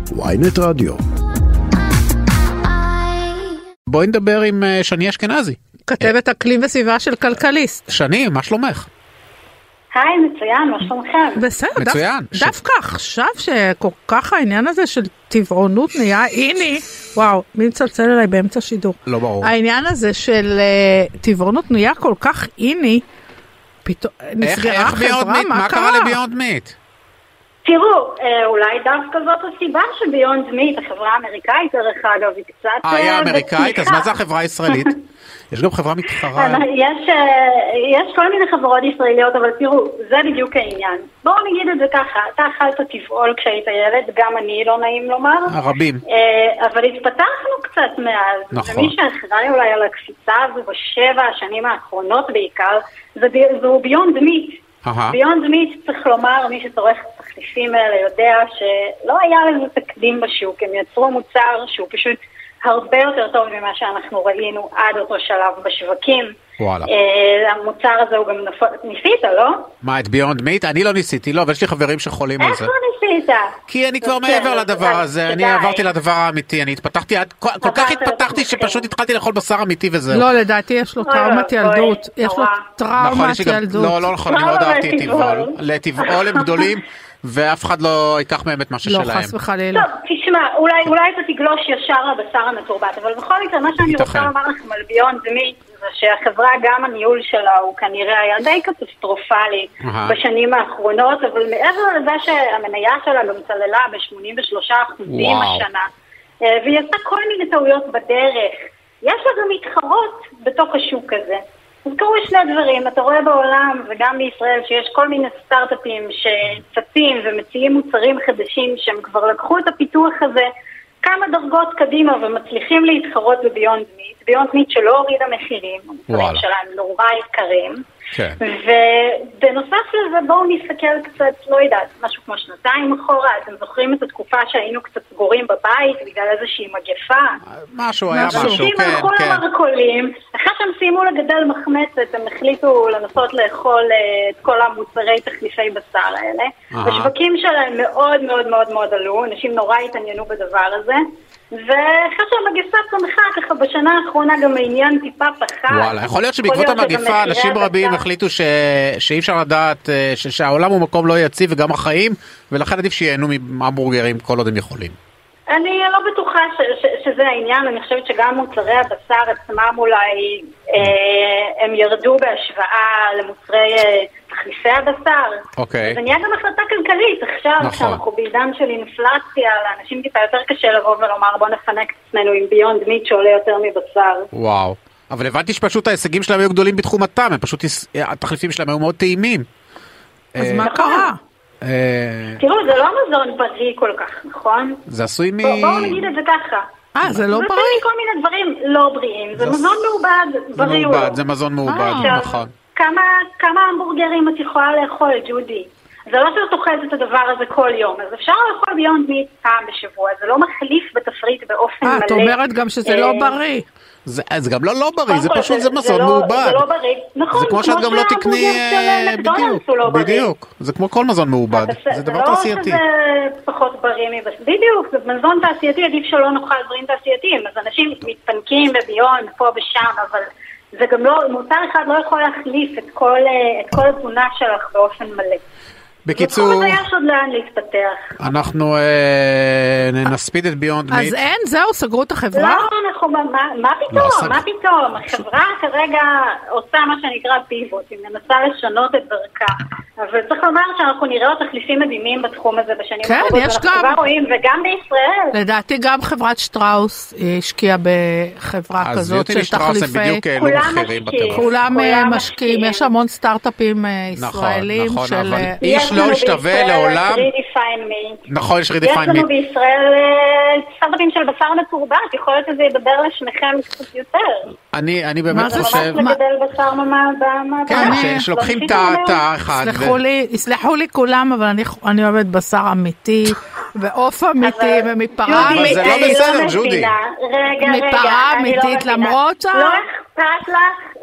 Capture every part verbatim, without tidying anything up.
ynet רדיו. בואי נדבר עם שני אשכנזי. כתבת אקלים וסביבה של כלכליסט. שני, מה שלומך? היי, מצוין, מה שלומכם? בסדר, מצוין. דווקא עכשיו שכל כך העניין הזה של טבעונות נהיה איני, וואו, מי מצלצל אליי באמצע שידור? לא ברור. העניין הזה של טבעונות נהיה כל כך איני, פתאום נסגרה חברה, מה קרה לביונד מיט? תראו, אולי דווקא זאת הסיבה שביונד מיט, החברה האמריקאית דרך אגב, היא קצת... אה, היא האמריקאית? אז מה זה החברה הישראלית? יש גם חברה מתחרה. יש, יש כל מיני חברות ישראליות, אבל תראו, זה בדיוק העניין. בואו נגיד את זה ככה, אתה אכלת תפעול כשהיית ילד, גם אני, לא נעים לומר. הרבים. אבל התפתחנו קצת מאז. נכון. ומי שאחראי אולי על הקפיצה הזו בשבע השנים האחרונות בעיקר, זו ביונד מיט. ביונד מיט, צריך לומר, מי שצורך את התחליפים האלה יודע שלא היה לזה תקדים בשוק. הם יצרו מוצר שהוא פשוט הרבה יותר טוב ממה שאנחנו ראינו עד אותו שלב בשווקים. וואלה. המוצר הזה הוא גם ניסית, לא? מה, את ביונד מיט? אני לא ניסיתי, לא, אבל יש לי חברים שחולים על זה. איך לא ניסית? כי אני כבר מעבר לדבר הזה, אני עברתי לדבר האמיתי, אני התפתחתי, כל כך התפתחתי שפשוט התחלתי לאכול בשר אמיתי וזהו. לא, לדעתי יש לו טראומת ילדות, יש לו טראומת ילדות. לא, לא נכון, אני מאוד אהבתי טבעול. לטבעול הם גדולים, ואף אחד לא ייקח מהם את מה ששלהם. לא, חס וחלילה. טוב, תשמע, אולי אתה תגלוש ישר לבשר המתורבת, אבל בכל מקרה, מה שאני רוצה לומר לכם על ביונד מיט, זה שהחברה, גם הניהול שלה, הוא כנראה היה די קטסטרופלי בשנים האחרונות, אבל מעבר לזה שהמניה שלה גם צללה ב-שמונים ושלושה אחוזים השנה, והיא עשתה כל מיני טעויות בדרך. יש לה גם מתחרות בתוך השוק הזה. אז קרו שני דברים, אתה רואה בעולם וגם בישראל שיש כל מיני סטארט-אפים שצצים ומציעים מוצרים חדשים שהם כבר לקחו את הפיתוח הזה כמה דרגות קדימה ומצליחים להתחרות בביונד מיט, ביונד מיט שלא הוריד המחירים, המוצרים שלהם נורא יקרים. כן. ובנוסף לזה בואו נסתכל קצת, לא יודעת, משהו כמו שנתיים אחורה, אתם זוכרים את התקופה שהיינו קצת סגורים בבית בגלל איזושהי מגפה? משהו היה משהו, אנשים כן, הלכו כן. למרכולים, אחרי שהם סיימו לגדל מחמצת, הם החליטו לנסות לאכול את כל המוצרי תחליפי בשר האלה. השווקים שלהם מאוד מאוד מאוד מאוד עלו, אנשים נורא התעניינו בדבר הזה. ואחרי שהמגפה צמחה, ככה בשנה האחרונה גם העניין טיפה פחת. וואלה, יכול להיות שבעקבות המגפה אנשים רבים החליטו שאי אפשר לדעת, שהעולם הוא מקום לא יציב וגם החיים, ולכן עדיף שיהנו מהמבורגרים כל עוד הם יכולים. אני לא בטוחה שזה העניין, אני חושבת שגם מוצרי הבשר עצמם אולי הם ירדו בהשוואה למוצרי תחליפי הבשר. אוקיי. זה נהיה גם החלטה כלכלית עכשיו, שאנחנו בעידן של אינפלציה, לאנשים טיפה יותר קשה לבוא ולומר בוא נפנק את עצמנו עם ביונד מיט שעולה יותר מבשר. וואו. אבל הבנתי שפשוט ההישגים שלהם היו גדולים בתחום הטעם, הם פשוט, התחליפים שלהם היו מאוד טעימים. אז מה קרה? תראו, זה לא מזון בריא כל כך, נכון? זה עשוי מ... בואו נגיד את זה ככה. אה, זה לא בריא? זה כל מיני דברים לא בריאים, זה מזון מעובד, בריא הוא לא. זה מזון מעובד, נכון. כמה המבורגרים את יכולה לאכול, ג'ודי? זה לא שאת אוכלת את הדבר הזה כל יום, אז אפשר לאכול ביונד מיט פעם בשבוע, זה לא מחליף בתפריט באופן מלא. אה, את אומרת גם שזה לא בריא. זה גם לא לא בריא, זה פשוט זה מזון מעובד. זה לא בריא, נכון. זה כמו שאת גם לא תקני, בדיוק, בדיוק. זה כמו כל מזון מעובד, זה דבר תעשייתי. זה לא שזה פחות בריא מבס... בדיוק, זה מזון תעשייתי, עדיף שלא נאכל דברים תעשייתיים, אז אנשים מתפנקים בביונד פה ושם, אבל זה גם לא, מוצר אחד לא יכול להחליף את כל, את כל התזונה שלך באופן מלא. בקיצור, בתחום הזה יש עוד לאן להתפתח. אנחנו נספיד את ביונד מיט. אז אין, זהו, סגרו את החברה? לא, אנחנו, מה פתאום, מה פתאום? החברה כרגע עושה מה שנקרא פיבוט, היא מנסה לשנות את דרכה. אבל צריך לומר שאנחנו נראה עוד תחליפים מדהימים בתחום הזה בשנים הקרובות. כן, יש גם. וגם בישראל. לדעתי גם חברת שטראוס השקיעה בחברה כזאת של תחליפי. כולם משקיעים, יש המון סטארט-אפים ישראלים. נכון, נכון, אבל איש לא ישתווה לעולם. נכון, יש רידיפיין מיט. יש לנו בישראל סטארט-אפים של בשר מתורבת, יכול להיות שזה ידבר לשניכם קצת יותר. אני באמת חושב... ממש לגדל בשר מהבמה. כן, שלוקחים תא אחד. יסלחו לי כולם, אבל אני אוהבת בשר אמיתי, ועוף אמיתי, ומפרה אמיתית. אבל זה לא בסדר, ג'ודי. רגע, רגע. מפרה אמיתית, למרות ש... לא אכפת לך,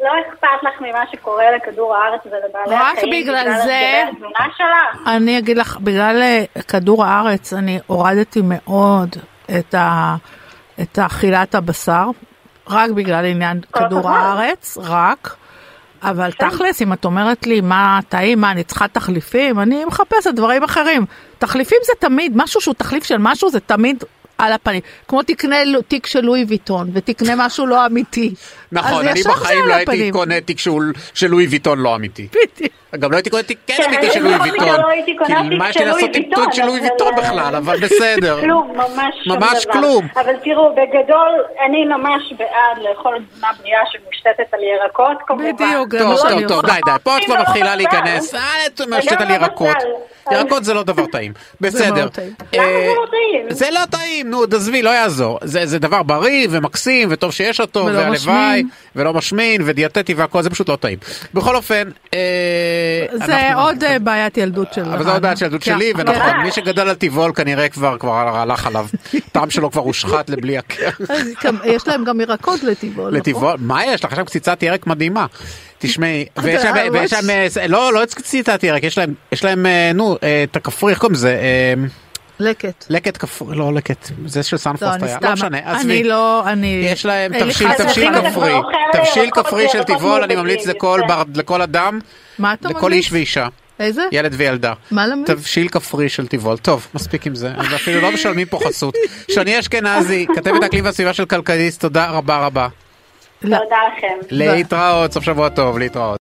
לא אכפת לך ממה שקורה לכדור הארץ ולבעלי החיים, בגלל זה, התזונה שלה? אני אגיד לך, בגלל כדור הארץ, אני הורדתי מאוד את, ה, את אכילת הבשר, רק בגלל עניין כדור הארץ, רק. אבל תכלס, אם את אומרת לי מה טעים, מה אני צריכה תחליפים, אני מחפשת דברים אחרים. תחליפים זה תמיד, משהו שהוא תחליף של משהו, זה תמיד על הפנים. כמו תקנה תיק של לואי ויטון, ותקנה משהו לא אמיתי. נכון, אני בחיים לא הייתי קונה תיק של לואי ויטון לא אמיתי. גם לא הייתי קונה תיק כן אמיתי של לואי ויטון. כי מה יש לי לעשות תיק של לואי ויטון בכלל, אבל בסדר. כלום, ממש שום דבר. ממש כלום. אבל תראו, בגדול, אני ממש בעד לאכול תזונה בריאה שמושתתת על ירקות, כמובן. בדיוק. טוב, טוב, טוב, די, די. פה את כבר מתחילה להיכנס. את מושתתת על ירקות. ירקות זה לא דבר טעים. בסדר. למה זה לא טעים? זה לא טעים, נו, דזבי, לא יעזור. זה דבר בריא ומקסים, וטוב שיש אותו, והלוואי, ולא משמין, ודיאטטי והכל, זה פשוט לא טעים. בכל אופן, זה עוד בעיית ילדות שלי. אבל זה עוד בעיית ילדות שלי, ונכון, מי שגדל על טבעול כנראה כבר הלך עליו. טעם שלו כבר הושחת לבלי הכר. יש להם גם ירקות לטבעול. לטבעול? מה יש? לך עכשיו קציצת ירק מדהימה. תשמעי, ויש להם, לא, לא קציצת ירק, יש להם, נו, את הכפרי, איך קוראים לזה? לקט. לקט כפרי, לא לקט, זה של סנפרוסט היה, לא משנה, עזבי. אני לא, אני... יש להם תבשיל, תבשיל כפרי, תבשיל כפרי של טבעול, אני ממליץ לכל אדם, לכל איש ואישה. איזה? ילד וילדה. מה למד? תבשיל כפרי של טבעול. טוב, מספיק עם זה. אפילו לא משלמים פה חסות. שני אשכנזי, כתבת האקלים והסביבה של כלכליסט, תודה רבה רבה. תודה לכם. להתראות, סוף שבוע טוב, להתראות.